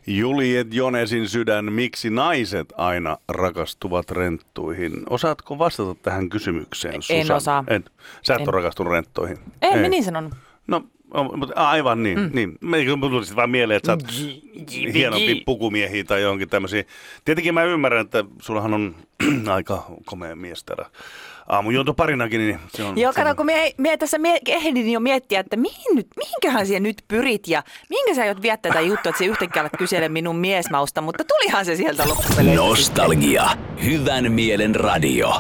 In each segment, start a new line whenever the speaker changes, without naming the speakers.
Juliet Jonesin sydän, miksi naiset aina rakastuvat renttuihin? Osaatko vastata tähän kysymykseen, Susanna?
En osaa.
Sä et ole rakastunut renttoihin?
Ei, mä niin sanon.
No, mutta aivan niin. niin. Mä tuli vaan mieleen, että sä oot hienompi pukumiehiä tai johonkin tämmöisiä. Tietenkin mä ymmärrän, että sullahan on aika komea mies täällä aamujuontoparinakin, niin se on...
Joo, kato, kun me tässä ehdin jo miettiä, että mihinköhän siellä nyt pyrit ja minkä sä aiot viettää tätä juttua, että se yhtäkkiä alat kysele minun miesmausta, mutta tulihan se sieltä loppupeleissä.
Nostalgia. Hyvän mielen radio.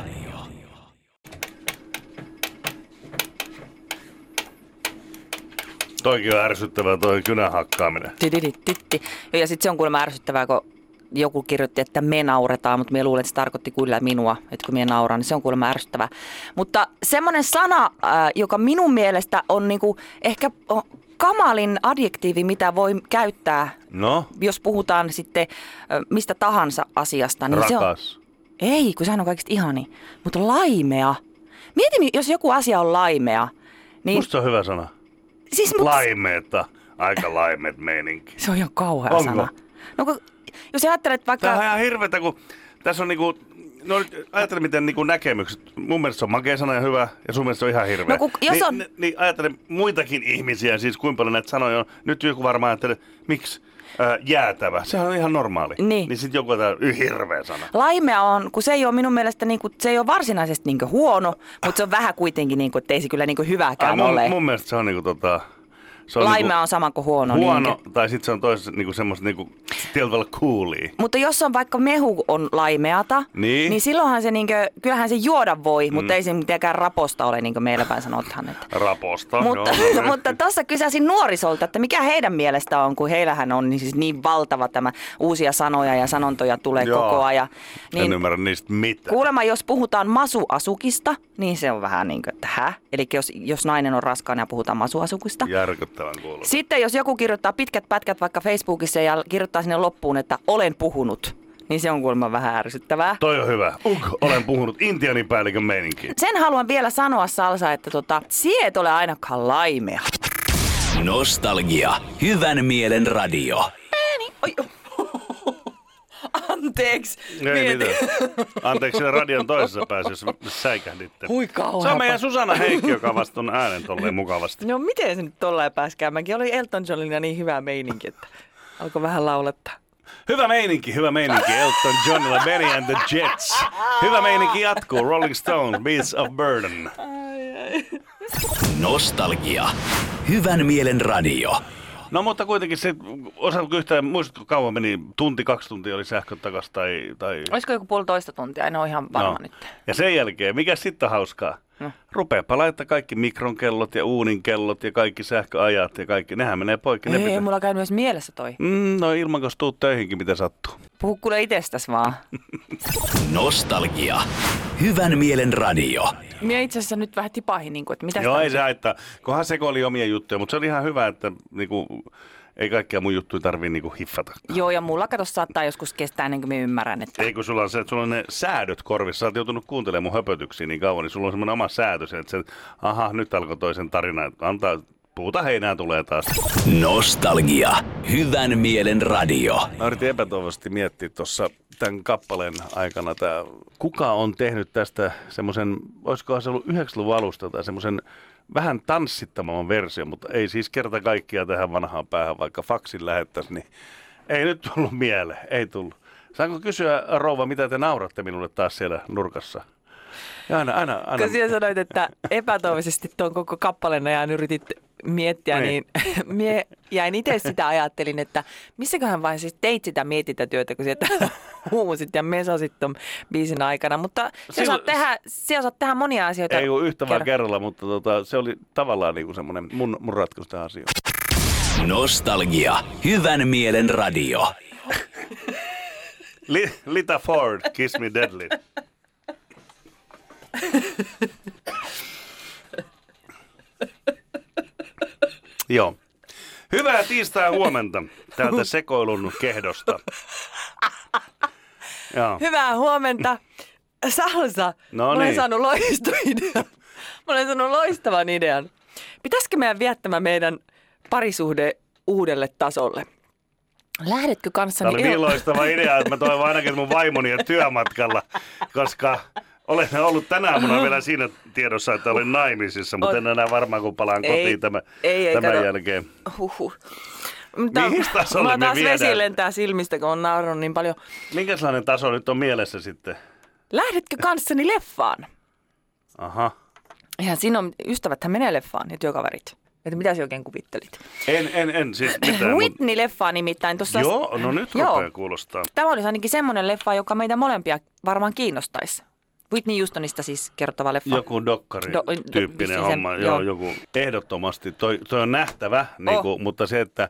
Toikin on ärsyttävää, toi kynän hakkaaminen.
Ja sitten se on kuulemma ärsyttävää, kun joku kirjoitti, että me nauretaan, mutta me luulen, että se tarkoitti kyllä minua, että kun me nauraan, niin se on kuulemma ärsyttävää. Mutta semmoinen sana, joka minun mielestä on niinku ehkä kamalin adjektiivi, mitä voi käyttää, jos puhutaan sitten mistä tahansa asiasta. Niin
rakas.
Se on, ei, kun sehän on kaikista ihani. Mutta laimea. Mieti, jos joku asia on laimea. Niin,
musta se on hyvä sana.
Siis,
laimeeta. Aika laimeet meininki.
Se on ihan kauhea sana. No, jos ajattelet vaikka...
Tämä on ihan hirveetä, kun tässä on niinku... No ajattele miten niinku näkemykset. Mun mielestä se on makea sana ja hyvä, ja sun mielestä se on ihan hirveä.
No, jos on...
Niin ajattele muitakin ihmisiä, siis kuinka paljon näitä sanoja on. Nyt joku varmaan ajattelee, miksi jäätävä. Sehän on ihan normaali. Niin sit joku on hirveä sana. Laimea
on, kun se ei ole minun mielestä, niinku, se ei ole varsinaisesti niinku huono, mutta se on vähän kuitenkin, niinku, että ei se kyllä niinku hyvääkään ole.
Mun mielestä se on niinku
laimea on sama kuin huono.
Huono, tai sitten se on toisessa niinku semmoista niinku tietyllä tavalla coolia.
Mutta jos on vaikka mehu on laimeata, niin silloinhan se niinku, kyllähän se juoda voi, mutta ei se mitenkään raposta ole, niin kuin meillä päin sanotaan. Että.
Raposta,
mutta tuossa kysäsin nuorisolta, että mikä heidän mielestä on, kun heillähän on niin, siis niin valtava tämä uusia sanoja ja sanontoja tulee koko ajan. Niin,
en ymmärrä niistä mitään.
Kuulemma, jos puhutaan masuasukista, niin se on vähän niin kuin, että Eli jos nainen on raskaana ja puhutaan masuasukista.
Järkyttävän kuulostaa.
Sitten jos joku kirjoittaa pitkät pätkät vaikka Facebookissa ja kirjoittaa sinne loppuun, että olen puhunut, niin se on kuulemma vähän ärsyttävää.
Toi on hyvä. Olen puhunut intiaanipäällikön meininkiin.
Sen haluan vielä sanoa, Salsa, että sie et ole ainakaan laimea.
Nostalgia. Hyvän mielen radio.
Oi. Anteeksi.
Ei mitään. Anteeksi siellä radion toisessa päässä, jos säikähditte.
Hui kauheapa.
Se on meidän Susanna Heikki, joka vasta on äänen tolleen mukavasti.
No miten se nyt tollain pääsi käymänkin? Oli Elton Johnilla niin hyvä meininki, että alkoi vähän laulettaa.
Hyvä meininki. Elton Johnilla, Benny and the Jets. Hyvä meininki jatkuu. Rolling Stone, Beats of Burden.
Nostalgia. Hyvän mielen radio.
No mutta kuitenkin se, osaatko yhtään, muistatko kauan meni, 1-2 tuntia oli sähköt takas tai...
Olisiko joku 1,5 tuntia, en ole ihan varma nyt.
Ja sen jälkeen, mikä sitten hauskaa? Rupeapa laittaa kaikki mikron kellot ja uunin kellot ja kaikki sähköajat ja kaikki, nehän menee poikki.
Ei mulla käynyt myös mielessä toi.
No ilman, kun tuut töihinkin, mitä sattuu.
Puhu kuule itsestäs vaan.
Nostalgia. Hyvän mielen radio.
Minä itse asiassa nyt vähän tipahin, niin kuin, että mitä...
Joo, ei se haittaa. Kunhan sekoili omia juttuja, mutta se oli ihan hyvä, että niinku, ei kaikkia mun juttuja tarvii niinku hiffata.
Joo, ja mulla katos saattaa joskus kestää ennen kuin minä ymmärrän, että...
Ei, kun sulla on ne säädöt korvissa. Sä oot joutunut kuuntelemaan mun höpötyksiä niin kauan, niin sulla on semmoinen oma säädös, että nyt alkoi toisen tarina, että antaa... Puuta heinää tulee taas.
Nostalgia. Hyvän mielen radio.
Mä yritin epätoivoisesti miettiä tuossa tämän kappaleen aikana, kuka on tehnyt tästä semmoisen, olisikohan se ollut 90-luvun alusta tai semmoisen vähän tanssittamman versio, mutta ei siis kerta kaikkia tähän vanhaan päähän, vaikka faksin lähettäisiin, niin ei nyt tullut mieleen, ei tullut. Saanko kysyä, rouva, mitä te nauratte minulle taas siellä nurkassa? Ja aina.
Kun sinä sanoit, että epätoivoisesti tuon koko kappaleen ajan yritit miettiä, niin mie jäin itse sitä ajattelin, että missäköhän vaiheessa siis teit sitä mietintätyötä, kun sieltä huusit ja mesasit ton biisin aikana. Mutta sinä osaat tehdä monia asioita.
Ei ole yhtä vaan kerralla, mutta se oli tavallaan niin kuin semmoinen mun ratkaisu tähän asiaan.
Nostalgia. Hyvän mielen radio.
Lita Ford, Kiss Me Deadly. Joo. Hyvää tiistai huomenta täältä sekoilun kehdosta. Joo.
Hyvää huomenta. Salsa, mä olen saanut loistavan idean. Pitäisikö meidän viettämään meidän parisuhde uudelle tasolle? Lähdetkö kanssani?
Tämä oli niin loistava idea, että mä toivon ainakin mun vaimoni työmatkalla, koska olen ollut tänä aamuna vielä siinä tiedossa, että olen naimisissa, mutta en enää varmaan, kun palaan kotiin tämän jälkeen.
Mihin
tasolle me
taas
viedään?
vesi lentää silmistä, kun on naurannut niin paljon.
Minkälainen taso nyt on mielessä sitten?
Lähdetkö kanssani leffaan?
Aha.
Eihän siinä on, ystäväthän menee leffaan ja työkaverit. Että mitä sä oikein kuvittelit?
En siis mitään.
Whitney-leffaa nimittäin tuossa.
Joo, no nyt rupeaa kuulostaa.
Tämä olisi ainakin semmoinen leffa, joka meitä molempia varmaan kiinnostaisi. Whitney Houstonista siis kertova leffa.
Joku dokkari-tyyppinen homma. Joo, joku ehdottomasti. Toi on nähtävä, mutta se, että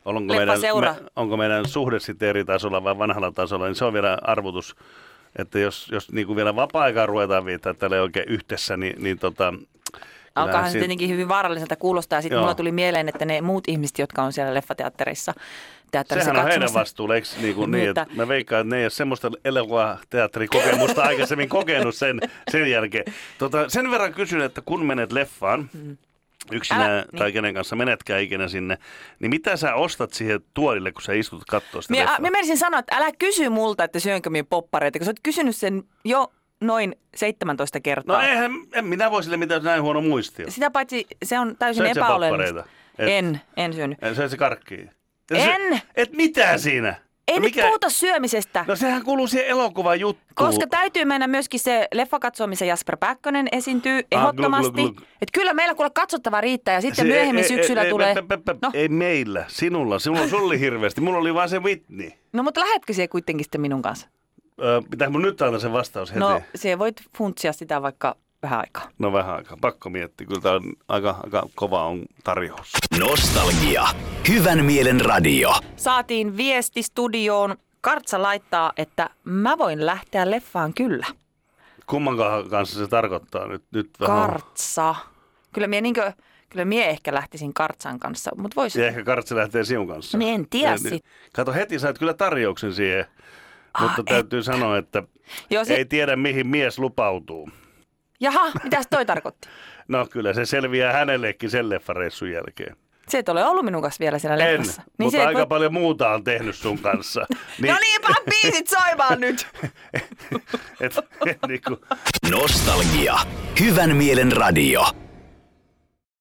onko meidän suhde sitten eri tasolla vai vanhalla tasolla, niin se on vielä arvotus. Että jos niin kuin vielä vapaa-aikaa ruvetaan viittää tälle oikein yhdessä, niin
alkaahan se tietenkin hyvin vaaralliselta kuulostaa. Sitten mulla tuli mieleen, että ne muut ihmiset, jotka on siellä leffateatterissa
sehän on heidän vastuulla, eikö niin, että mä veikkaan, että ne ei ole semmoista elokuvateatterikokemusta aikaisemmin kokenut sen jälkeen. Sen verran kysyn, että kun menet leffaan, yksinä tai kenen kanssa menetkään ikinä sinne, niin mitä sä ostat siihen tuolille, kun sä istut kattoo sitä leffaa?
Mä menisin sanoa, että älä kysy multa, että syönkö minä poppareita, kun sä oot kysynyt sen jo noin 17 kertaa.
No en minä voi sille mitään, näin huono muistio.
Sitä paitsi se on täysin
Söit
epäoleellista. En syönyt.
Söit se karkkiin?
En.
Et mitään siinä?
Ei nyt puhuta syömisestä.
No sehän kuuluu siihen elokuvan juttuun.
Koska täytyy mennä myöskin se leffakatsoa, missä Jasper Pääkkönen esiintyy ehdottomasti. Että kyllä meillä kuule katsottavaa riittää ja sitten myöhemmin syksyllä tulee...
No. Ei meillä, sinulla oli hirveästi. Mulla oli vaan se Whitney.
No mutta lähetkö siihen kuitenkin sitten minun kanssa?
Pitääkö mun nyt antaa sen vastaus heti?
No se voit funtsia sitä vaikka vähän aikaa.
No vähän aikaa. Pakko miettiä. Kyllä tää on aika kova on tarjous.
Nostalgia. Hyvän mielen radio.
Saatiin viesti studioon. Kartsa laittaa, että mä voin lähteä leffaan kyllä.
Kummankaan kanssa se tarkoittaa nyt vähän?
Kartsa. Kyllä mie ehkä lähtisin Kartsan kanssa, mutta voisi.
Ja ehkä Kartsa lähtee sinun kanssa.
Niin en tiedä sit.
Kato, heti sait kyllä tarjouksen siihen, mutta täytyy sanoa, että ei tiedä mihin mies lupautuu.
Jaha, mitäs toi tarkoitti?
No kyllä se selviää hänellekin sen leffareissun jälkeen.
Se et ole ollut minun kanssa vielä siellä leffassa.
Niin mutta aika paljon muuta on tehnyt sun kanssa.
No niin, pan biisit soimaan nyt!
Nostalgia. Hyvän mielen radio.